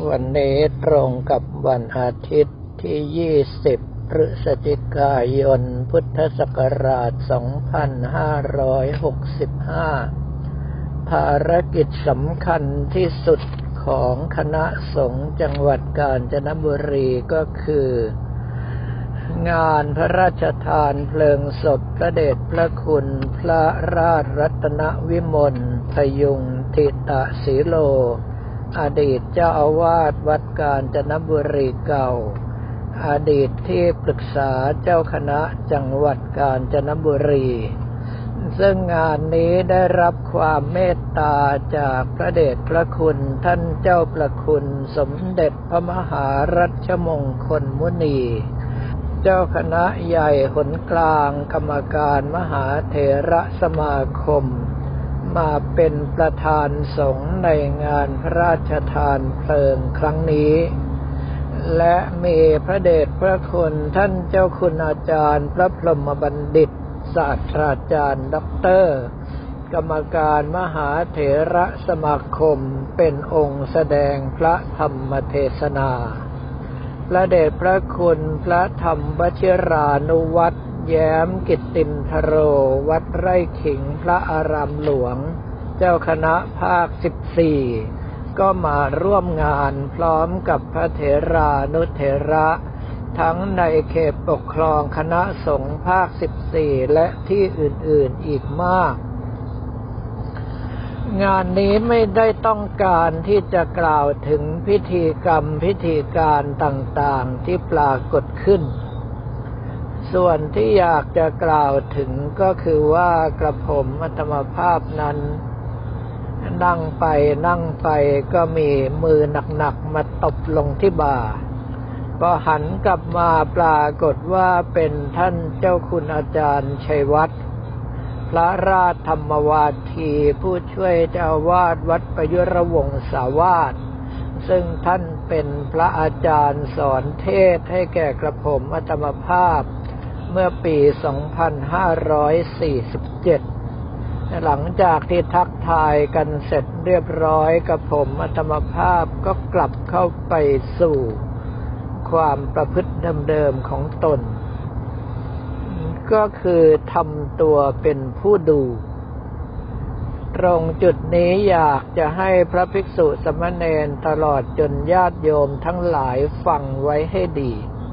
วันนี้ตรงกับวันอาทิตย์ที่20พฤศจิกายนพุทธศักราช2565ภารกิจสำคัญที่สุดของคณะสงฆ์จังหวัดกาญจนบุรีก็คืองานพระราชทานเพลิงศพพระเดชพระคุณพระราชรัตนวิมลพยุงทิตสีโลอดีตเจ้าอาวาสวัดกาญจนบุรีเก่าอดีตที่ปรึกษาเจ้าคณะจังหวัดกาญจนบุรีซึ่งงานนี้ได้รับความเมตตาจากพระเดชพระคุณท่านเจ้าประคุณสมเด็จพระมหารัชมงคลมุนีเจ้าคณะใหญ่หนกลางกรรมการมหาเถระสมาคมมาเป็นประธานสงฆ์ในงานพระราชทานเพลิงครั้งนี้และมีพระเดชพระคุณท่านเจ้าคุณอาจารย์พระพรหมบัณฑิตศาสตราจารย์ด็อกเตอร์กรรมการมหาเถระสมาคมเป็นองค์แสดงพระธรรมเทศนาพระเดชพระคุณพระธรรมวชิรานุวัตรแย้มกิตตินทโรวัดไร่ขิงพระอารามหลวงเจ้าคณะภาค14ก็มาร่วมงานพร้อมกับพระเถรานุเถระทั้งในเขตปกครองคณะสงฆ์ภาค14และที่อื่นๆอีกมากงานนี้ไม่ได้ต้องการที่จะกล่าวถึงพิธีกรรมพิธีการต่างๆที่ปรากฏขึ้นส่วนที่อยากจะกล่าวถึงก็คือว่ากระผมอาตมาภาพนั้นนั่งไปก็มีมือหนักๆมาตบลงที่บ่าพอหันกลับมาปรากฏว่าเป็นท่านเจ้าคุณอาจารย์ชัยวัฒน์พระราชธรรมวาทีผู้ช่วยเจ้าอาวาสวัดประยุรวงศาวาสซึ่งท่านเป็นพระอาจารย์สอนเทศให้แก่กระผมอาตมาภาพเมื่อปี 2547 หลังจากที่ทักทายกันเสร็จเรียบร้อยกระผมอาตมาภาพก็กลับเข้าไปสู่ความประพฤติเดิมๆของตนก็คือทำตัวเป็นผู้ดูตรงจุดนี้อยากจะให้พระภิกษุสามเณรตลอดจนญาติโยมทั้งหลายฟังไว้ให้ดี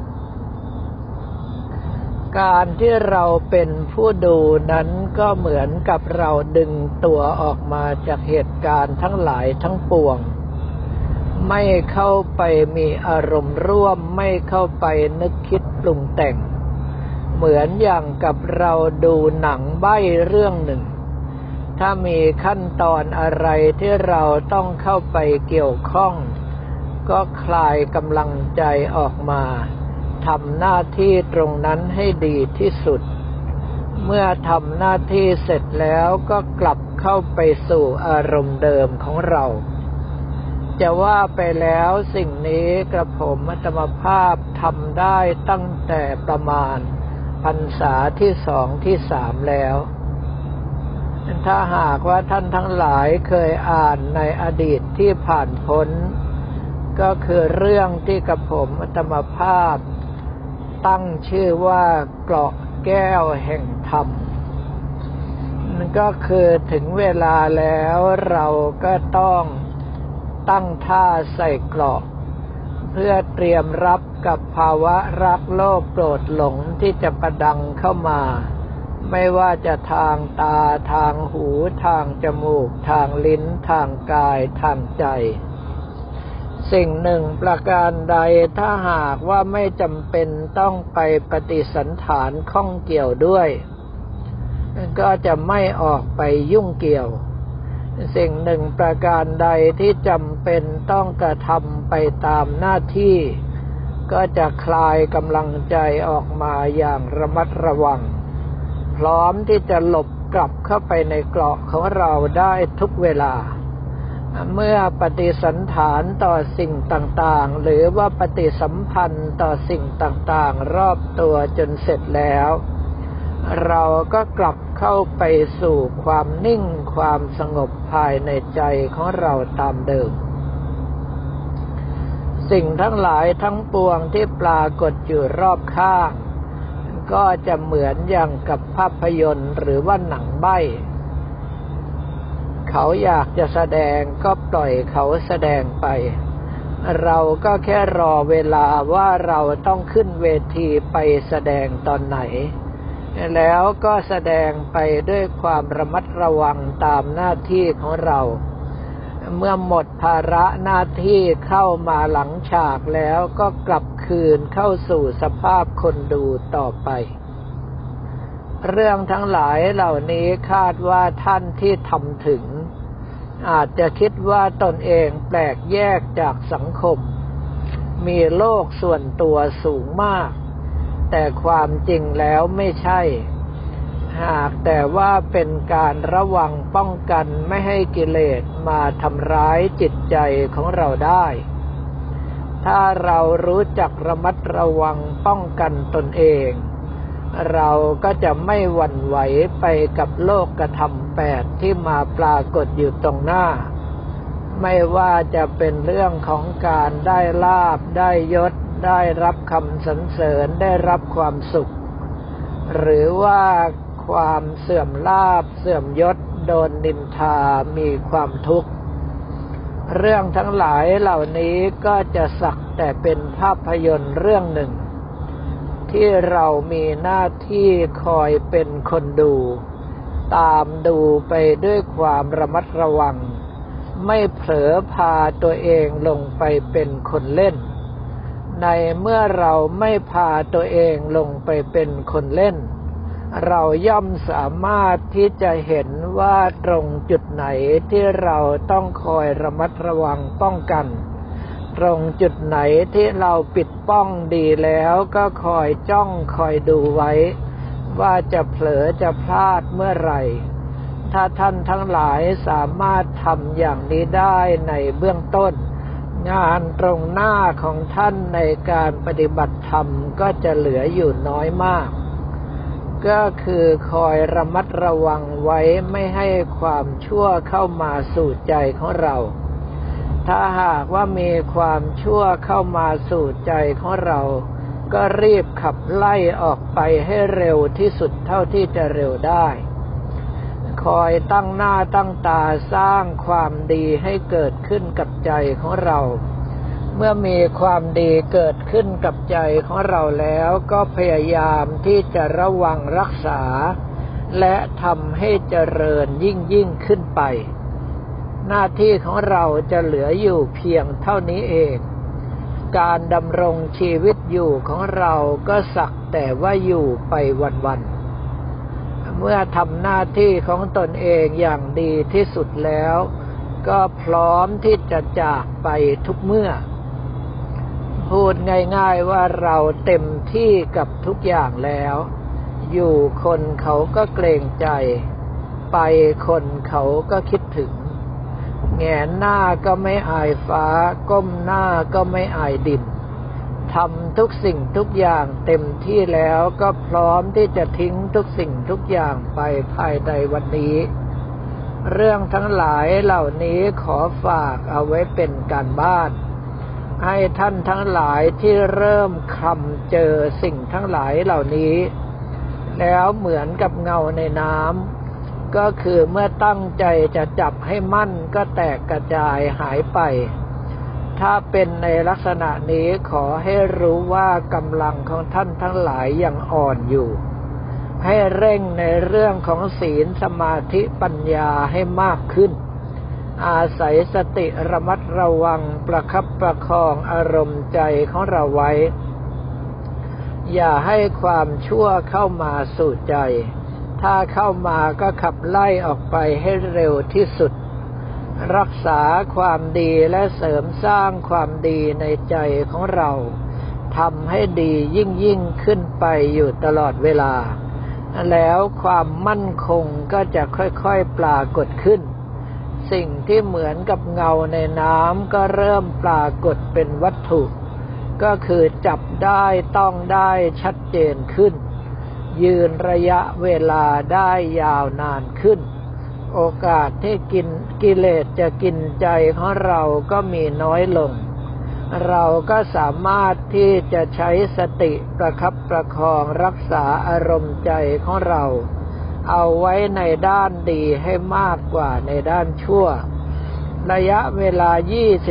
การที่เราเป็นผู้ดูนั้นก็เหมือนกับเราดึงตัวออกมาจากเหตุการณ์ทั้งหลายทั้งปวงไม่เข้าไปมีอารมณ์ร่วมไม่เข้าไปนึกคิดปรุงแต่งเหมือนอย่างกับเราดูหนังใบ้เรื่องหนึ่งถ้ามีขั้นตอนอะไรที่เราต้องเข้าไปเกี่ยวข้องก็คลายกำลังใจออกมาทำหน้าที่ตรงนั้นให้ดีที่สุดเมื่อทำหน้าที่เสร็จแล้วก็กลับเข้าไปสู่อารมณ์เดิมของเราจะว่าไปแล้วสิ่งนี้กระผมอาตมาภาพทำได้ตั้งแต่ประมาณพรรษาที่2ที่3แล้วถ้าหากว่าท่านทั้งหลายเคยอ่านในอดีตที่ผ่านพ้นก็คือเรื่องที่กระผมอาตมาภาพตั้งชื่อว่าเกราะแก้วแห่งธรรมนั่นก็คือถึงเวลาแล้วเราก็ต้องตั้งท่าใส่เกราะเพื่อเตรียมรับกับภาวะรักโลภโกรธหลงที่จะประดังเข้ามาไม่ว่าจะทางตาทางหูทางจมูกทางลิ้นทางกายทางใจสิ่งหนึ่งประการใดถ้าหากว่าไม่จำเป็นต้องไปปฏิสันถานข้องเกี่ยวด้วยก็จะไม่ออกไปยุ่งเกี่ยวสิ่งหนึ่งประการใดที่จำเป็นต้องกระทำไปตามหน้าที่ก็จะคลายกำลังใจออกมาอย่างระมัดระวังพร้อมที่จะหลบกลับเข้าไปในเกราะของเราได้ทุกเวลาเมื่อปฏิสันถานต่อสิ่งต่างๆหรือว่าปฏิสัมพันธ์ต่อสิ่งต่างๆรอบตัวจนเสร็จแล้วเราก็กลับเข้าไปสู่ความนิ่งความสงบภายในใจของเราตามเดิมสิ่งทั้งหลายทั้งปวงที่ปรากฏอยู่รอบข้างก็จะเหมือนอย่างกับภาพยนตร์หรือว่าหนังใบ้เขาอยากจะแสดงก็ปล่อยเขาแสดงไปเราก็แค่รอเวลาว่าเราต้องขึ้นเวทีไปแสดงตอนไหนแล้วก็แสดงไปด้วยความระมัดระวังตามหน้าที่ของเราเมื่อหมดภาระหน้าที่เข้ามาหลังฉากแล้วก็กลับคืนเข้าสู่สภาพคนดูต่อไปเรื่องทั้งหลายเหล่านี้คาดว่าท่านที่ทำถึงอาจจะคิดว่าตนเองแปลกแยกจากสังคมมีโลกส่วนตัวสูงมากแต่ความจริงแล้วไม่ใช่หากแต่ว่าเป็นการระวังป้องกันไม่ให้กิเลสมาทำร้ายจิตใจของเราได้ถ้าเรารู้จักระมัดระวังป้องกันตนเองเราก็จะไม่หวั่นไหวไปกับโลกธรรม8ที่มาปรากฏอยู่ตรงหน้าไม่ว่าจะเป็นเรื่องของการได้ลาภได้ยศได้รับคำสรรเสริญได้รับความสุขหรือว่าความเสื่อมลาภเสื่อมยศโดนนินทามีความทุกข์เรื่องทั้งหลายเหล่านี้ก็จะสักแต่เป็นภาพยนตร์เรื่องหนึ่งที่เรามีหน้าที่คอยเป็นคนดูตามดูไปด้วยความระมัดระวังไม่เผลอพาตัวเองลงไปเป็นคนเล่นในเมื่อเราไม่พาตัวเองลงไปเป็นคนเล่นเราย่อมสามารถที่จะเห็นว่าตรงจุดไหนที่เราต้องคอยระมัดระวังป้องกันตรงจุดไหนที่เราปิดป้องดีแล้วก็คอยจ้องคอยดูไว้ว่าจะเผลอจะพลาดเมื่อไหร่ถ้าท่านทั้งหลายสามารถทำอย่างนี้ได้ในเบื้องต้นงานตรงหน้าของท่านในการปฏิบัติธรรมก็จะเหลืออยู่น้อยมากก็คือคอยระมัดระวังไว้ไม่ให้ความชั่วเข้ามาสู่ใจของเราถ้าหากว่ามีความชั่วเข้ามาสู่ใจของเราก็รีบขับไล่ออกไปให้เร็วที่สุดเท่าที่จะเร็วได้คอยตั้งหน้าตั้งตาสร้างความดีให้เกิดขึ้นกับใจของเราเมื่อมีความดีเกิดขึ้นกับใจของเราแล้วก็พยายามที่จะระวังรักษาและทำให้เจริญยิ่งขึ้นไปหน้าที่ของเราจะเหลืออยู่เพียงเท่านี้เองการดำรงชีวิตอยู่ของเราก็สักแต่ว่าอยู่ไปวันๆเมื่อทำหน้าที่ของตนเองอย่างดีที่สุดแล้วก็พร้อมที่จะจากไปทุกเมื่อพูดง่ายๆว่าเราเต็มที่กับทุกอย่างแล้วอยู่คนเขาก็เกรงใจไปคนเขาก็คิดถึงแงนหน้าก็ไม่อายฟ้าก้มหน้าก็ไม่อายดินทำทุกสิ่งทุกอย่างเต็มที่แล้วก็พร้อมที่จะทิ้งทุกสิ่งทุกอย่างไปภายในวันนี้เรื่องทั้งหลายเหล่านี้ขอฝากเอาไว้เป็นการบ้านให้ท่านทั้งหลายที่เริ่มคลำเจอสิ่งทั้งหลายเหล่านี้แล้วเหมือนกับเงาในน้ำก็คือเมื่อตั้งใจจะจับให้มั่นก็แตกกระจายหายไปถ้าเป็นในลักษณะนี้ขอให้รู้ว่ากำลังของท่านทั้งหลายยังอ่อนอยู่ให้เร่งในเรื่องของศีลสมาธิปัญญาให้มากขึ้นอาศัยสติระมัดระวังประคับประคองอารมณ์ใจของเราไว้อย่าให้ความชั่วเข้ามาสู่ใจถ้าเข้ามาก็ขับไล่ออกไปให้เร็วที่สุดรักษาความดีและเสริมสร้างความดีในใจของเราทำให้ดียิ่งขึ้นไปอยู่ตลอดเวลาแล้วความมั่นคงก็จะค่อยๆปรากฏขึ้นสิ่งที่เหมือนกับเงาในน้ำก็เริ่มปรากฏเป็นวัตถุก็คือจับได้ต้องได้ชัดเจนขึ้นยืนระยะเวลาได้ยาวนานขึ้นโอกาสที่กิเลสจะกินใจของเราก็มีน้อยลงเราก็สามารถที่จะใช้สติประคับประคองรักษาอารมณ์ใจของเราเอาไว้ในด้านดีให้มากกว่าในด้านชั่วระยะเวลา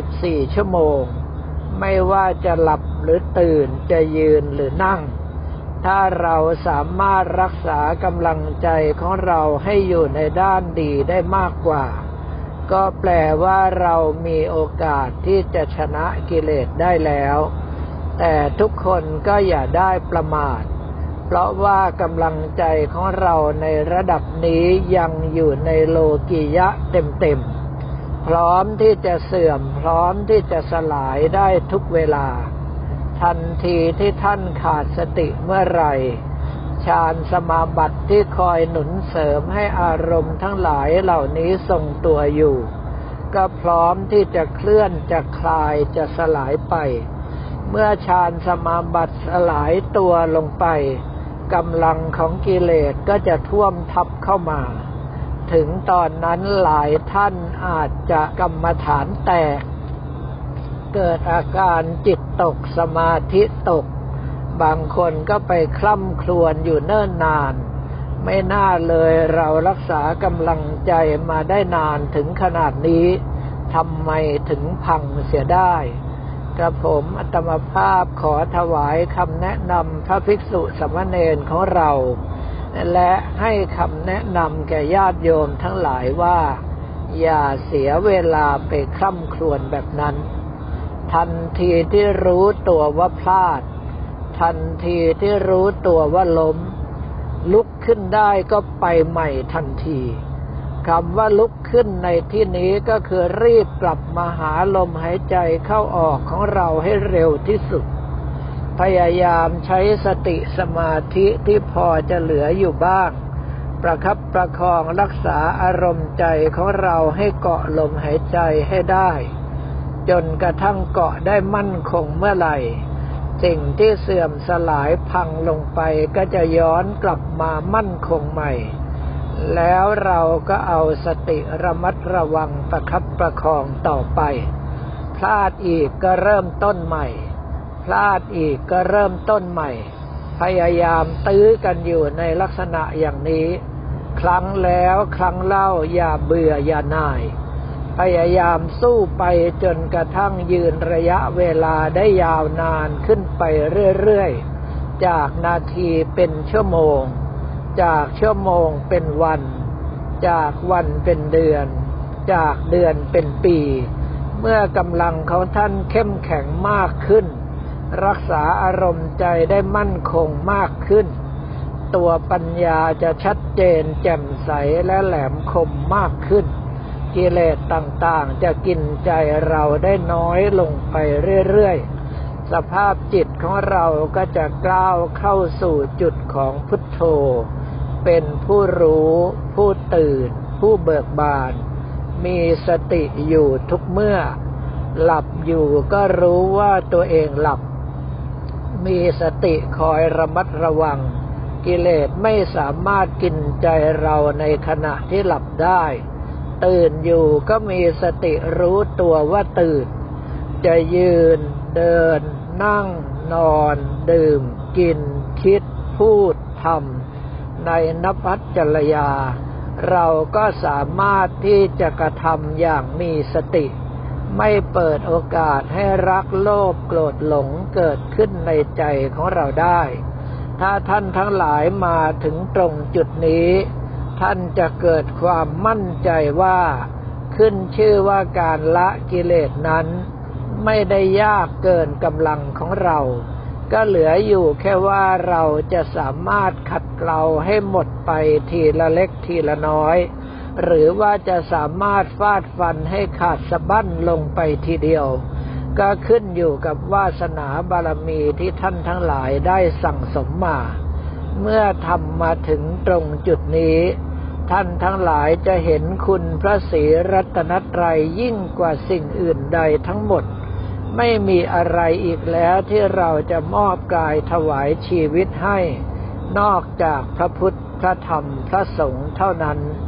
24ชั่วโมงไม่ว่าจะหลับหรือตื่นจะยืนหรือนั่งถ้าเราสามารถรักษากำลังใจของเราให้อยู่ในด้านดีได้มากกว่าก็แปลว่าเรามีโอกาสที่จะชนะกิเลสได้แล้วแต่ทุกคนก็อย่าได้ประมาทเพราะว่ากำลังใจของเราในระดับนี้ยังอยู่ในโลกิยะเต็มๆพร้อมที่จะเสื่อมพร้อมที่จะสลายได้ทุกเวลาทันทีที่ท่านขาดสติเมื่อไหร่ฌานสมาบัติที่คอยหนุนเสริมให้อารมณ์ทั้งหลายเหล่านี้ทรงตัวอยู่ก็พร้อมที่จะเคลื่อนจะคลายจะสลายไปเมื่อฌานสมาบัติสลายตัวลงไปกำลังของกิเลสก็จะท่วมทับเข้ามาถึงตอนนั้นหลายท่านอาจจะกรรมฐานแตกเกิดอาการจิตตกสมาธิตกบางคนก็ไปคล่ำครวญอยู่เนิ่นนานไม่น่าเลยเรารักษากำลังใจมาได้นานถึงขนาดนี้ทำไมถึงพังเสียได้กระผมอาตมาภาพขอถวายคำแนะนำพระภิกษุสามเณรของเราและให้คำแนะนำแก่ญาติโยมทั้งหลายว่าอย่าเสียเวลาไปคล่ำครวญแบบนั้นทันทีที่รู้ตัวว่าพลาดทันทีที่รู้ตัวว่าล้มลุกขึ้นได้ก็ไปใหม่ทันทีคำว่าลุกขึ้นในที่นี้ก็คือรีบกลับมาหาลมหายใจเข้าออกของเราให้เร็วที่สุดพยายามใช้สติสมาธิที่พอจะเหลืออยู่บ้างประคับประคองรักษาอารมณ์ใจของเราให้เกาะลมหายใจให้ได้จนกระทั่งเกาะได้มั่นคงเมื่อไหร่สิ่งที่เสื่อมสลายพังลงไปก็จะย้อนกลับมามั่นคงใหม่แล้วเราก็เอาสติระมัดระวังประคับประคองต่อไปพลาดอีกก็เริ่มต้นใหม่พลาดอีกก็เริ่มต้นใหม่พยายามตื้อกันอยู่ในลักษณะอย่างนี้ครั้งแล้วครั้งเล่าอย่าเบื่ออย่าหน่ายพยายามสู้ไปจนกระทั่งยืนระยะเวลาได้ยาวนานขึ้นไปเรื่อยๆจากนาทีเป็นชั่วโมงจากชั่วโมงเป็นวันจากวันเป็นเดือนจากเดือนเป็นปีเมื่อกำลังของท่านเข้มแข็งมากขึ้นรักษาอารมณ์ใจได้มั่นคงมากขึ้นตัวปัญญาจะชัดเจนแจ่มใสและแหลมคมมากขึ้นกิเลสต่างๆจะกินใจเราได้น้อยลงไปเรื่อยๆสภาพจิตของเราก็จะก้าวเข้าสู่จุดของพุทโธเป็นผู้รู้ผู้ตื่นผู้เบิกบานมีสติอยู่ทุกเมื่อหลับอยู่ก็รู้ว่าตัวเองหลับมีสติคอยระมัดระวังกิเลสไม่สามารถกินใจเราในขณะที่หลับได้ตื่นอยู่ก็มีสติรู้ตัวว่าตื่นจะยืนเดินนั่งนอนดื่มกินคิดพูดทำในนภัสจรยาเราก็สามารถที่จะกระทำอย่างมีสติไม่เปิดโอกาสให้รักโลภโกรธหลงเกิดขึ้นในใจของเราได้ถ้าท่านทั้งหลายมาถึงตรงจุดนี้ท่านจะเกิดความมั่นใจว่าขึ้นชื่อว่าการละกิเลสนั้นไม่ได้ยากเกินกำลังของเราก็เหลืออยู่แค่ว่าเราจะสามารถขัดเกลาให้หมดไปทีละเล็กทีละน้อยหรือว่าจะสามารถฟาดฟันให้ขาดสะบั้นลงไปทีเดียวก็ขึ้นอยู่กับวาสนาบารมีที่ท่านทั้งหลายได้สั่งสมมาเมื่อทำมาถึงตรงจุดนี้ท่านทั้งหลายจะเห็นคุณพระศรีรัตนตรัยยิ่งกว่าสิ่งอื่นใดทั้งหมดไม่มีอะไรอีกแล้วที่เราจะมอบกายถวายชีวิตให้นอกจากพระพุทธพระธรรมพระสงฆ์เท่านั้น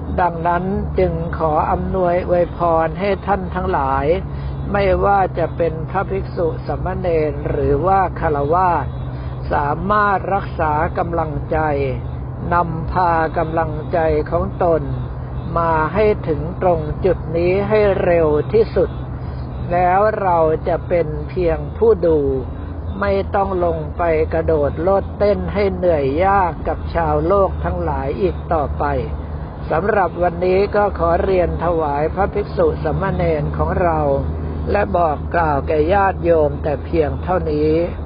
ดังนั้นจึงขออำนวยอวยพรให้ท่านทั้งหลายไม่ว่าจะเป็นพระภิกษุสามเณรหรือว่าฆราวาสสามารถรักษากำลังใจนำพากำลังใจของตนมาให้ถึงตรงจุดนี้ให้เร็วที่สุดแล้วเราจะเป็นเพียงผู้ดูไม่ต้องลงไปกระโดดโลดเต้นให้เหนื่อยยากกับชาวโลกทั้งหลายอีกต่อไปสำหรับวันนี้ก็ขอเรียนถวายพระภิกษุสามเณรของเราและบอกกล่าวแก่ญาติโยมแต่เพียงเท่านี้